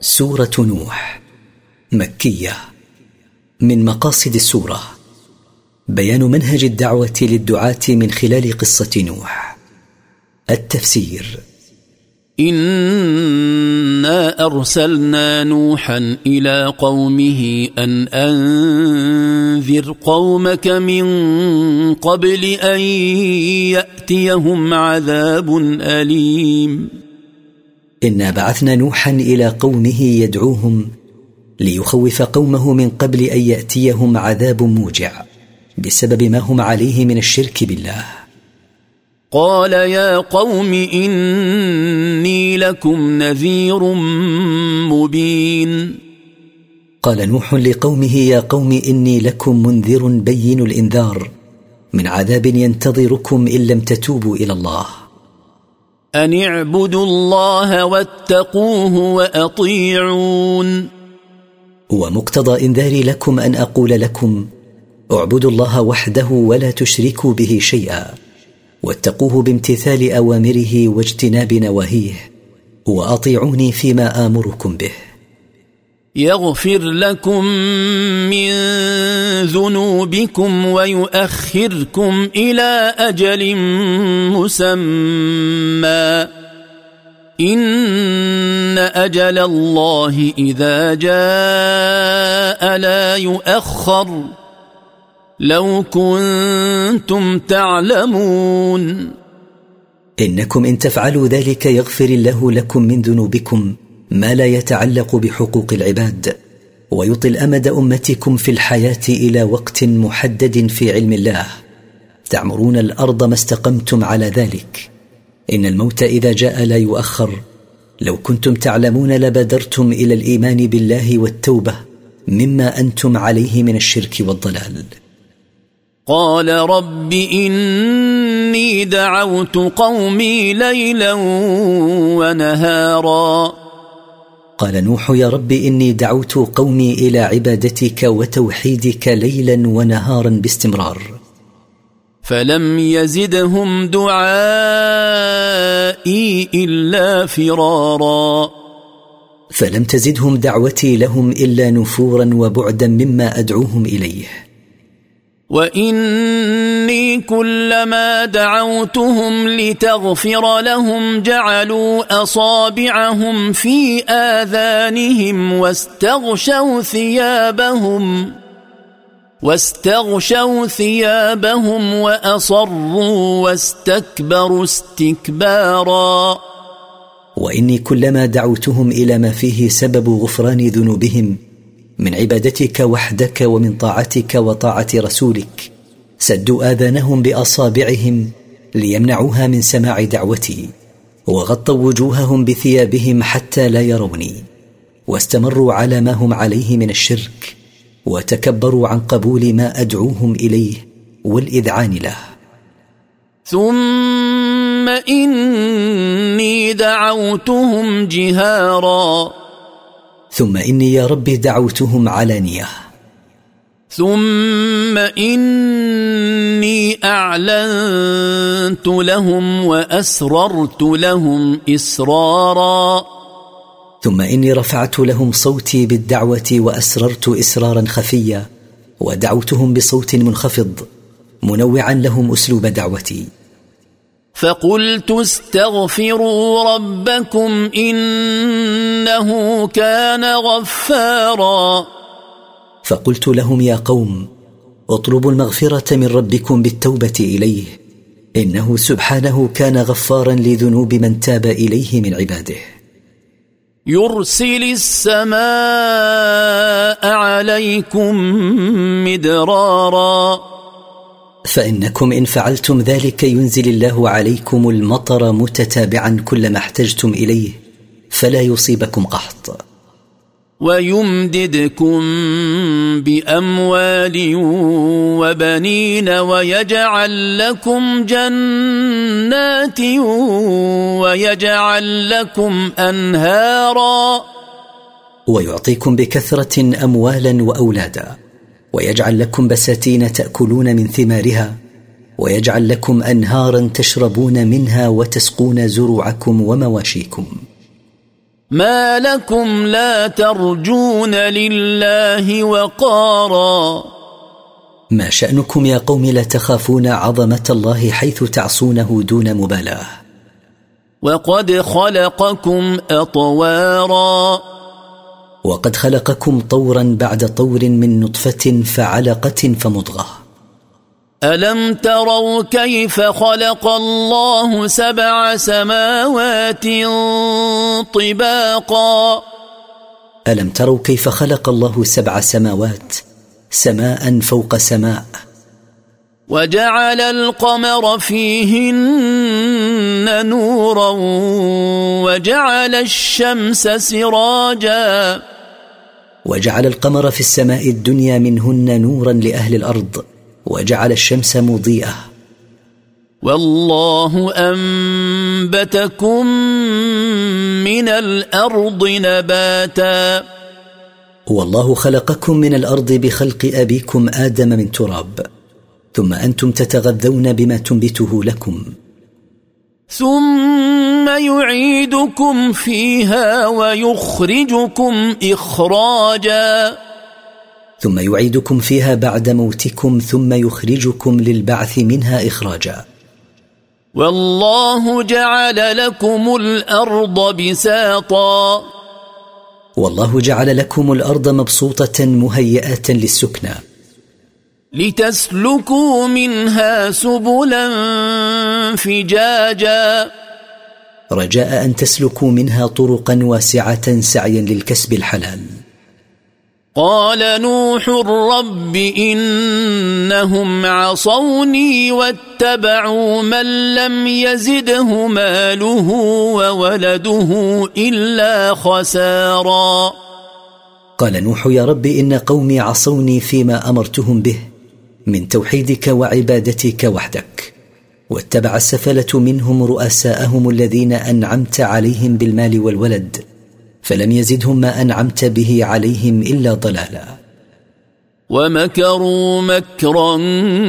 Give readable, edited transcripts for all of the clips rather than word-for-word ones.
سورة نوح مكية. من مقاصد السورة بيان منهج الدعوة للدعاة من خلال قصة نوح. التفسير: إنا أرسلنا نوحا إلى قومه أن أنذر قومك من قبل أن يأتيهم عذاب أليم. إنا بعثنا نوحا إلى قومه يدعوهم ليخوف قومه من قبل أن يأتيهم عذاب موجع بسبب ما هم عليه من الشرك بالله. قال يا قوم إني لكم نذير مبين. قال نوح لقومه: يا قوم إني لكم منذر بين الإنذار من عذاب ينتظركم إن لم تتوبوا إلى الله. أن اعبدوا الله واتقوه وأطيعون. ومقتضى إنذاري لكم أن أقول لكم: اعبدوا الله وحده ولا تشركوا به شيئا، واتقوه بامتثال أوامره واجتناب نواهيه، وأطيعوني فيما آمركم به. يغفر لكم من ذنوبكم ويؤخركم إلى أجل مسمى، إن أجل الله إذا جاء لا يؤخر، لو كنتم تعلمون. إنكم إن تفعلوا ذلك يغفر الله لكم من ذنوبكم ما لا يتعلق بحقوق العباد، ويطل أمد أمتكم في الحياة إلى وقت محدد في علم الله، تعمرون الأرض ما استقمتم على ذلك. إن الموت إذا جاء لا يؤخر، لو كنتم تعلمون لبادرتم إلى الإيمان بالله والتوبة مما أنتم عليه من الشرك والضلال. قال رب إني دعوت قومي ليلا ونهارا. قال نوح: يا رب إني دعوت قومي إلى عبادتك وتوحيدك ليلا ونهارا باستمرار، فلم يزدهم دعائي إلا فرارا. فلم تزدهم دعوتي لهم إلا نفورا وبعدا مما أدعوهم إليه. وإني كلما دعوتهم لتغفر لهم جعلوا أصابعهم في آذانهم واستغشوا ثيابهم وأصروا واستكبروا استكبارا. وإني كلما دعوتهم إلى ما فيه سبب غفران ذنوبهم من عبادتك وحدك ومن طاعتك وطاعة رسولك، سدوا آذانهم بأصابعهم ليمنعوها من سماع دعوتي، وغطوا وجوههم بثيابهم حتى لا يروني، واستمروا على ما هم عليه من الشرك، وتكبروا عن قبول ما أدعوهم إليه والإذعان له. ثم إني دعوتهم جهارا. ثم إني يا رب دعوتهم علانية. ثم إني أعلنت لهم وأسررت لهم إسرارا. ثم إني رفعت لهم صوتي بالدعوة وأسررت إسرارا خفيا، ودعوتهم بصوت منخفض منوعا لهم أسلوب دعوتي. فقلت استغفروا ربكم إنه كان غفارا. فقلت لهم: يا قوم اطلبوا المغفرة من ربكم بالتوبة إليه، إنه سبحانه كان غفارا لذنوب من تاب إليه من عباده. يرسل السماء عليكم مدرارا. فإنكم إن فعلتم ذلك ينزل الله عليكم المطر متتابعا كلما احتجتم إليه، فلا يصيبكم قحط. ويمددكم بأموال وبنين ويجعل لكم جنات ويجعل لكم أنهارا. ويعطيكم بكثرة أموالا وأولادا، ويجعل لكم بساتين تأكلون من ثمارها، ويجعل لكم أنهارا تشربون منها وتسقون زروعكم ومواشيكم. ما لكم لا ترجون لله وقارا ما شأنكم يا قوم لا تخافون عظمة الله حيث تعصونه دون مبالاة وقد خلقكم أطوارا وقد خلقكم طورا بعد طور من نطفة فعلقة فمضغة ألم تروا كيف خلق الله 7 سماوات طباقا ألم تروا كيف خلق الله 7 سماوات سماء فوق سماء وجعل القمر فيهن نورا وجعل الشمس سراجا وجعل القمر في السماء الدنيا منهن نورا لأهل الأرض وجعل الشمس مضيئة والله أنبتكم من الأرض نباتا والله خلقكم من الأرض بخلق أبيكم آدم من تراب ثم أنتم تتغذون بما تنبته لكم ثم يعيدكم فيها ويخرجكم إخراجا ثم يعيدكم فيها بعد موتكم ثم يخرجكم للبعث منها إخراجا والله جعل لكم الأرض بساطا والله جعل لكم الأرض مبسوطة مهيئة للسكنى لتسلكوا منها سبلا فجاجا رجاء أن تسلكوا منها طرقا واسعة سعيا للكسب الحلال قال نوح رب إنهم عصوني واتبعوا من لم يزده ماله وولده إلا خسارا قال نوح يا رب إن قومي عصوني فيما أمرتهم به من توحيدك وعبادتك وحدك واتبع السفلة منهم رؤساءهم الذين أنعمت عليهم بالمال والولد فلم يزدهم ما أنعمت به عليهم إلا ضلالا ومكروا مكرا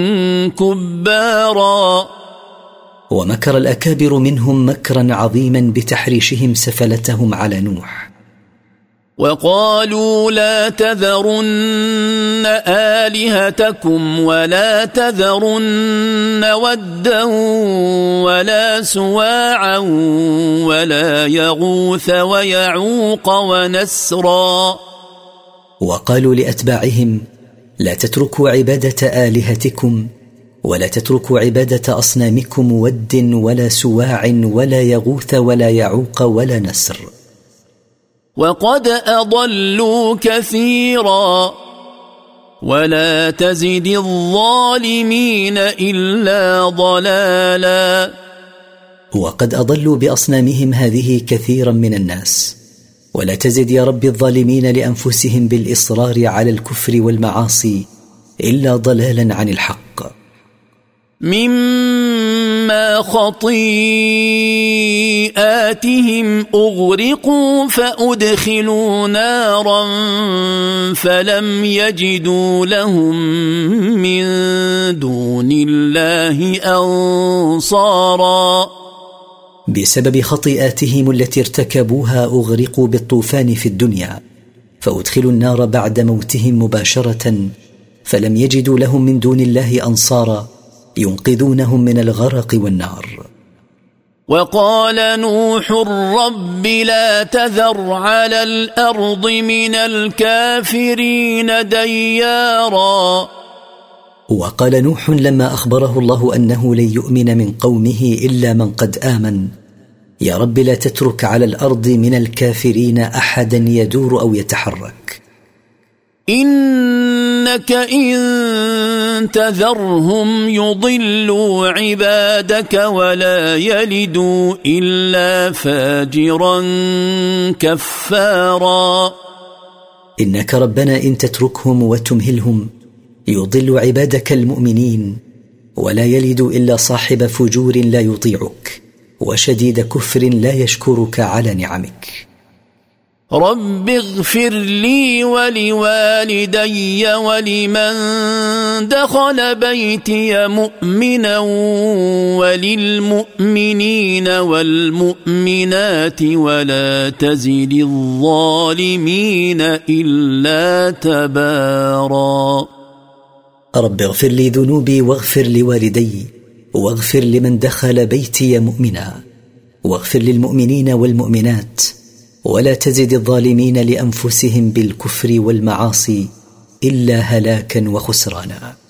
كبارا ومكر الأكابر منهم مكرا عظيما بتحريشهم سفلتهم على نوح وقالوا لا تذرن آلهتكم ولا تذرن ودا ولا سواعا ولا يغوث ويعوق ونسرا وقالوا لأتباعهم لا تتركوا عبادة آلهتكم ولا تتركوا عبادة أصنامكم ود ولا سواع ولا يغوث ولا يعوق ولا نسر وقد أضلوا كثيرا ولا تزد الظالمين إلا ضلالا وقد أضلوا بأصنامهم هذه كثيرا من الناس ولا تزد يا رب الظالمين لأنفسهم بالإصرار على الكفر والمعاصي إلا ضلالا عن الحق مما خطيئاتهم أغرقوا فأدخلوا نارا فلم يجدوا لهم من دون الله أنصارا بسبب خطيئاتهم التي ارتكبوها أغرقوا بالطوفان في الدنيا فأدخلوا النار بعد موتهم مباشرة فلم يجدوا لهم من دون الله أنصارا ينقذونهم من الغرق والنار وقال نوح رب لا تذر على الأرض من الكافرين ديارا وقال نوح لما أخبره الله أنه لن يؤمن من قومه إلا من قد آمن يا رب لا تترك على الأرض من الكافرين أحدا يدور أو يتحرك إنك إن تذرهم يضلوا عبادك ولا يلدوا إلا فاجرا كفارا إنك ربنا إن تتركهم وتمهلهم يضل عبادك المؤمنين ولا يلد إلا صاحب فجور لا يطيعك وشديد كفر لا يشكرك على نعمك رب اغفر لي ولوالدي ولمن دخل بيتي مؤمنا وللمؤمنين والمؤمنات ولا تزد الظالمين إلا تبارا. رب اغفر لي ذنوبي واغفر لوالدي واغفر لمن دخل بيتي مؤمنا واغفر للمؤمنين والمؤمنات ولا تزد الظالمين لأنفسهم بالكفر والمعاصي إلا هلاكا وخسرانا.